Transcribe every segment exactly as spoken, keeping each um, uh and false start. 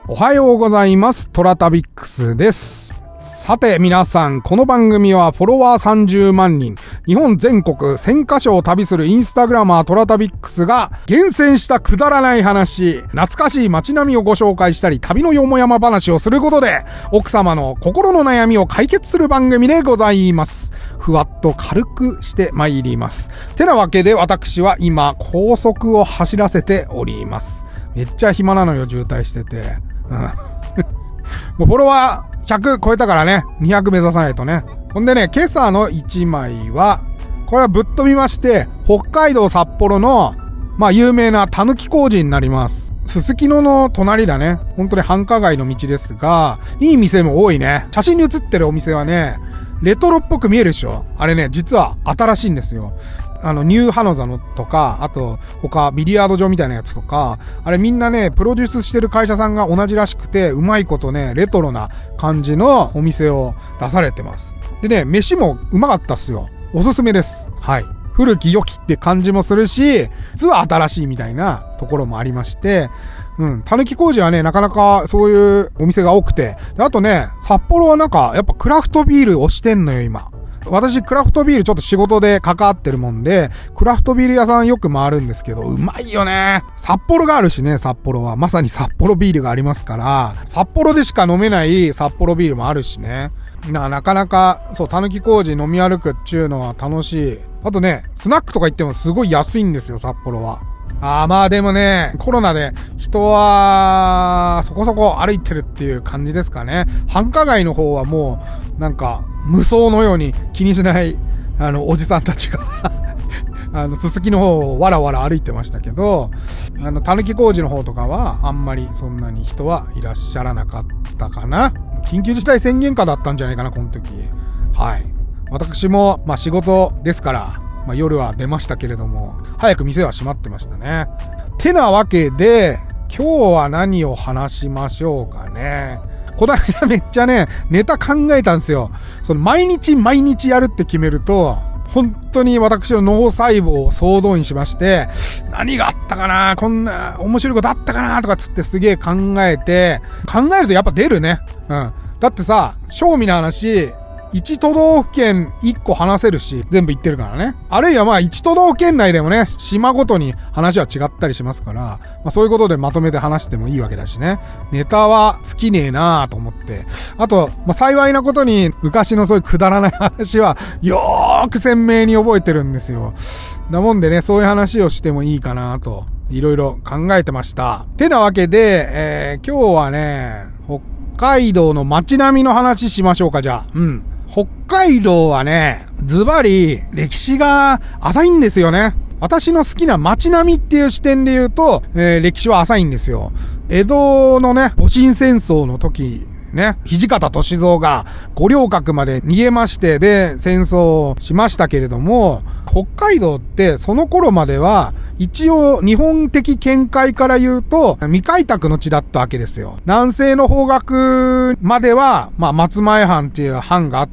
おはようございます。トラタビックスです。さて皆さん、この番組はフォロワーさんじゅうまんにん、日本全国せんカ所を旅するインスタグラマートラタビックスが厳選したくだらない話、懐かしい街並みをご紹介したり、旅のよもやま話をすることで、奥様の心の悩みを解決する番組でございます。ふわっと軽くしてまいります。てなわけで私は今、高速を走らせております。めっちゃ暇なのよ、渋滞してて。うんもうフォロワーひゃく超えたからね、にひゃく目指さないとね。ほんでね、今朝のいちまいは、これはぶっ飛びまして、北海道札幌の、まあ有名なたぬき工事になります。すすきのの隣だね。本当に繁華街の道ですが、いい店も多いね。写真に写ってるお店はね、レトロっぽく見えるでしょ。あれね、実は新しいんですよ。あの、ニューハノザのとか、あと、他、ビリヤード場みたいなやつとか、あれみんなね、プロデュースしてる会社さんが同じらしくて、うまいことね、レトロな感じのお店を出されてます。でね、飯もうまかったっすよ。おすすめです。はい。古き良きって感じもするし、実は新しいみたいなところもありまして、うん。たぬき工事はね、なかなかそういうお店が多くて、あとね、札幌はなんか、やっぱクラフトビール推してんのよ、今。私、クラフトビールちょっと仕事で関わってるもんで、クラフトビール屋さんよく回るんですけど、うまいよね。札幌があるしね、札幌は。まさに札幌ビールがありますから、札幌でしか飲めない札幌ビールもあるしね。な、なかなか、そう、たぬき工事飲み歩くっていうのは楽しい。あとね、スナックとか行ってもすごい安いんですよ、札幌は。ああ、まあでもね、コロナで人はそこそこ歩いてるっていう感じですかね。繁華街の方はもう、なんか、無双のように気にしない、あの、おじさんたちが、あの、すすきの方をわらわら歩いてましたけど、あの、たぬき工事の方とかは、あんまりそんなに人はいらっしゃらなかったかな。緊急事態宣言下だったんじゃないかな、この時。はい。私も、まあ仕事ですから、まあ夜は出ましたけれども、早く店は閉まってましたね。てなわけで、今日は何を話しましょうかね。こないだめっちゃね、ネタ考えたんですよ。その毎日毎日やるって決めると、本当に私の脳細胞を総動員しまして、何があったかな、こんな面白いことあったかなとかつってすげえ考えて、考えるとやっぱ出るね。うん。だってさ、正味な話、一都道府県一個話せるし、全部言ってるからね。あるいはまあ一都道府県内でもね、島ごとに話は違ったりしますから、まあそういうことでまとめて話してもいいわけだしね。ネタは尽きねえなぁと思って。あと、まあ幸いなことに昔のそういうくだらない話はよーく鮮明に覚えてるんですよ。なもんでね、そういう話をしてもいいかなと、いろいろ考えてました。てなわけで、えー、今日はね、北海道の街並みの話しましょうか、じゃあ。うん。北海道はね、ズバリ歴史が浅いんですよね。私の好きな街並みっていう視点で言うと、えー、歴史は浅いんですよ。江戸のね、戊辰戦争の時、ね、土方歳三が五稜郭まで逃げまして、で、戦争をしましたけれども、北海道ってその頃までは、一応日本的見解から言うと未開拓の地だったわけですよ。南西の方角までは、まあ松前藩っていう藩があって、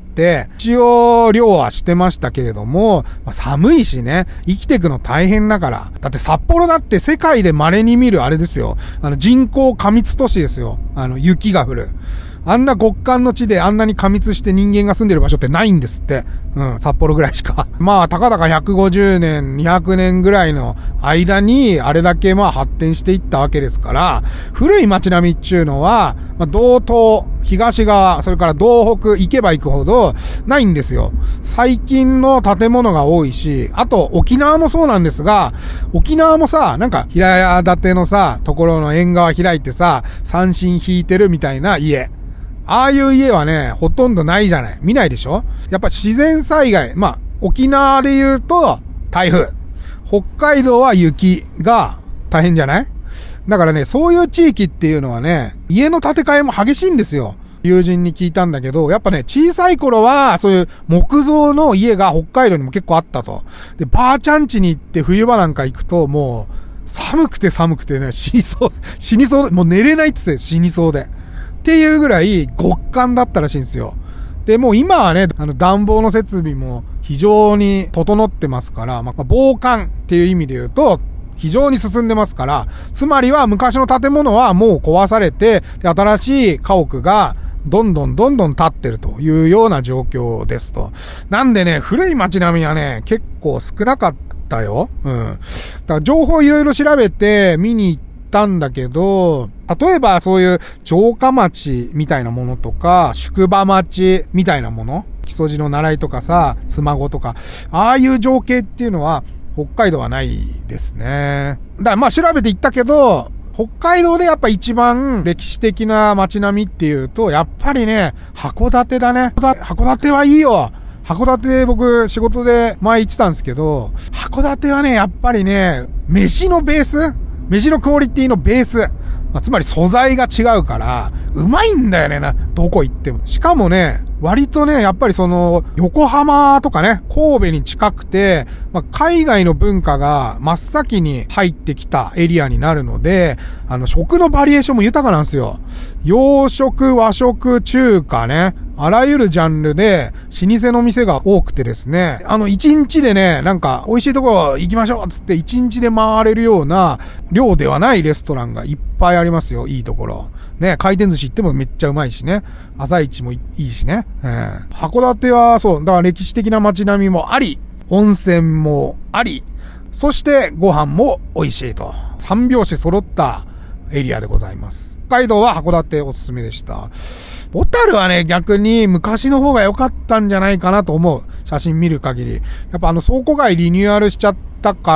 一応領はしてましたけれども、まあ、寒いしね、生きていくの大変だから。だって札幌だって世界で稀に見るあれですよ。あの人口過密都市ですよ。あの雪が降る。あんな極寒の地であんなに過密して人間が住んでる場所ってないんですって。うん、札幌ぐらいしか。まあ、たかだかひゃくごじゅうねん、にひゃくねんぐらいの間に、あれだけまあ発展していったわけですから、古い街並みっていうのは、まあ、道東、東側、それから道北行けば行くほどないんですよ。最近の建物が多いし、あと沖縄もそうなんですが、沖縄もさ、なんか平建てのさ、ところの縁側開いてさ、三振引いてるみたいな家。ああいう家はね、ほとんどないじゃない。見ないでしょ？やっぱ自然災害。まあ、沖縄で言うと、台風。北海道は雪が大変じゃない？だからね、そういう地域っていうのはね、家の建て替えも激しいんですよ。友人に聞いたんだけど、やっぱね、小さい頃は、そういう木造の家が北海道にも結構あったと。で、ばあちゃん家に行って冬場なんか行くと、もう、寒くて寒くてね、死にそう、死にそう、もう寝れないって言って死にそうで。っていうぐらい極寒だったらしいんですよ。で、もう今はね、あの暖房の設備も非常に整ってますから、まあ、防寒っていう意味で言うと、 非常に進んでますから、つまりは昔の建物はもう壊されて、で新しい家屋がどんどんどんどん建ってるというような状況ですと。なんでね、古い街並みはね、結構少なかったよ。うん。だから情報いろいろ調べて見に行ったんだけど、例えばそういう城下町みたいなものとか、宿場町みたいなもの、木曽路の習いとかさ、妻子とか、ああいう情景っていうのは北海道はないですね。だからまあ調べて行ったけど、北海道でやっぱ一番歴史的な街並みっていうと、やっぱりね、函館だね。函館はいいよ。函館僕仕事で前行ってたんですけど、函館はね、やっぱりね、飯のベース飯のクオリティのベース。まあ、つまり素材が違うから、うまいんだよねな。どこ行っても。しかもね、割とね、やっぱりその、横浜とかね、神戸に近くて、まあ、海外の文化が真っ先に入ってきたエリアになるので、あの、食のバリエーションも豊かなんですよ。洋食、和食、中華ね。あらゆるジャンルで、老舗の店が多くてですね、あの、一日でね、なんか、美味しいところ行きましょうつって、一日で回れるような、量ではないレストランがいっぱいありますよ、いいところ。ね、回転寿司行ってもめっちゃうまいしね。朝市もいいしね。えー、函館はそう、だから歴史的な街並みもあり、温泉もあり、そしてご飯も美味しいと。三拍子揃ったエリアでございます。北海道は函館おすすめでした。小樽はね、逆に昔の方が良かったんじゃないかなと思う。写真見る限り。やっぱあの倉庫街リニューアルしちゃったから、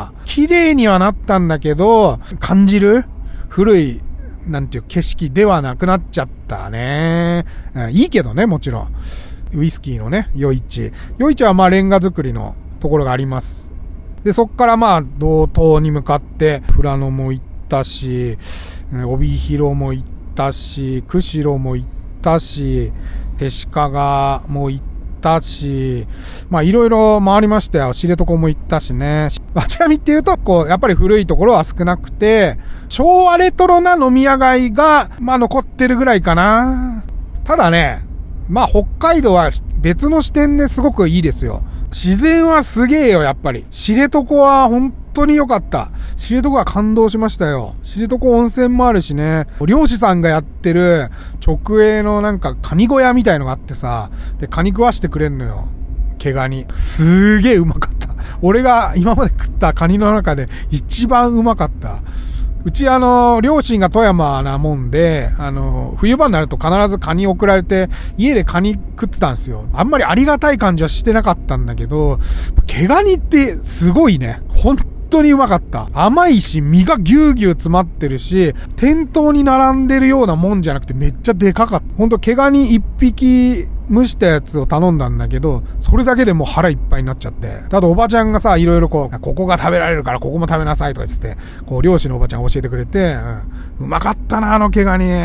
綺麗にはなったんだけど、感じる古い、なんていう景色ではなくなっちゃったね。うん、いいけどね、もちろん。ウイスキーのね、余市。余市はまあレンガ作りのところがあります。で、そっからまあ、道東に向かって、富良野も行ったし、帯広も行ったし、釧路も行ったし、手鹿も行ったし、まあいろいろ回りましたよ。知床も行ったしね。街並みっていうと、こう、やっぱり古いところは少なくて、昭和レトロな飲み屋街が、まあ残ってるぐらいかな。ただね、まあ北海道は別の視点ですごくいいですよ。自然はすげえよ、やっぱり。知床は本当に良かった。知床は感動しましたよ。知床温泉もあるしね。漁師さんがやってる直営のなんかカニ小屋みたいのがあってさ、で、カニ食わしてくれんのよ。毛ガニ。すーげえうまかった。俺が今まで食ったカニの中で一番うまかった。うちあの、両親が富山なもんで、あの、冬場になると必ずカニ送られて、家でカニ食ってたんですよ。あんまりありがたい感じはしてなかったんだけど、毛ガニってすごいね。本当にうまかった。甘いし、身がぎゅうぎゅう詰まってるし、店頭に並んでるようなもんじゃなくてめっちゃでかかった。ほんと毛ガニ一匹蒸したやつを頼んだんだけど、それだけでもう腹いっぱいになっちゃって。ただおばちゃんがさ、いろいろこう、ここが食べられるからここも食べなさいとか言って、こう、漁師のおばちゃんが教えてくれて、うん、うまかったな、あの毛ガニ。うん。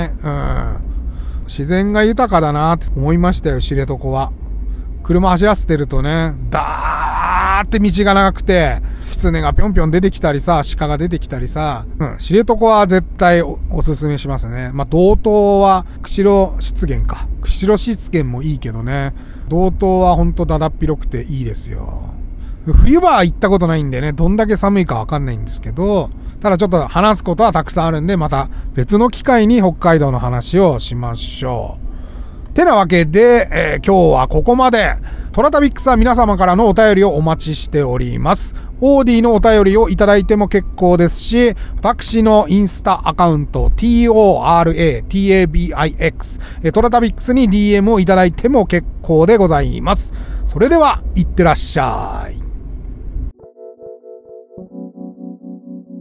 自然が豊かだなって思いましたよ、知床は。車走らせてるとね、ダーって道が長くて、狐がぴょんぴょん出てきたりさ、鹿が出てきたりさ、うん、知床は絶対 お, おすすめしますね。まあ、道東は、釧路湿原か。釧路湿原もいいけどね、道東はほんとだだっ広くていいですよ。冬場は行ったことないんでね、どんだけ寒いかわかんないんですけど、ただちょっと話すことはたくさんあるんで、また別の機会に北海道の話をしましょう。てなわけで、えー、今日はここまで。トラタビックスは皆様からのお便りをお待ちしております。オーディのお便りをいただいても結構ですし、私のインスタアカウント トラタビックス トラタビックスに ディーエム をいただいても結構でございます。それでは、いってらっしゃい。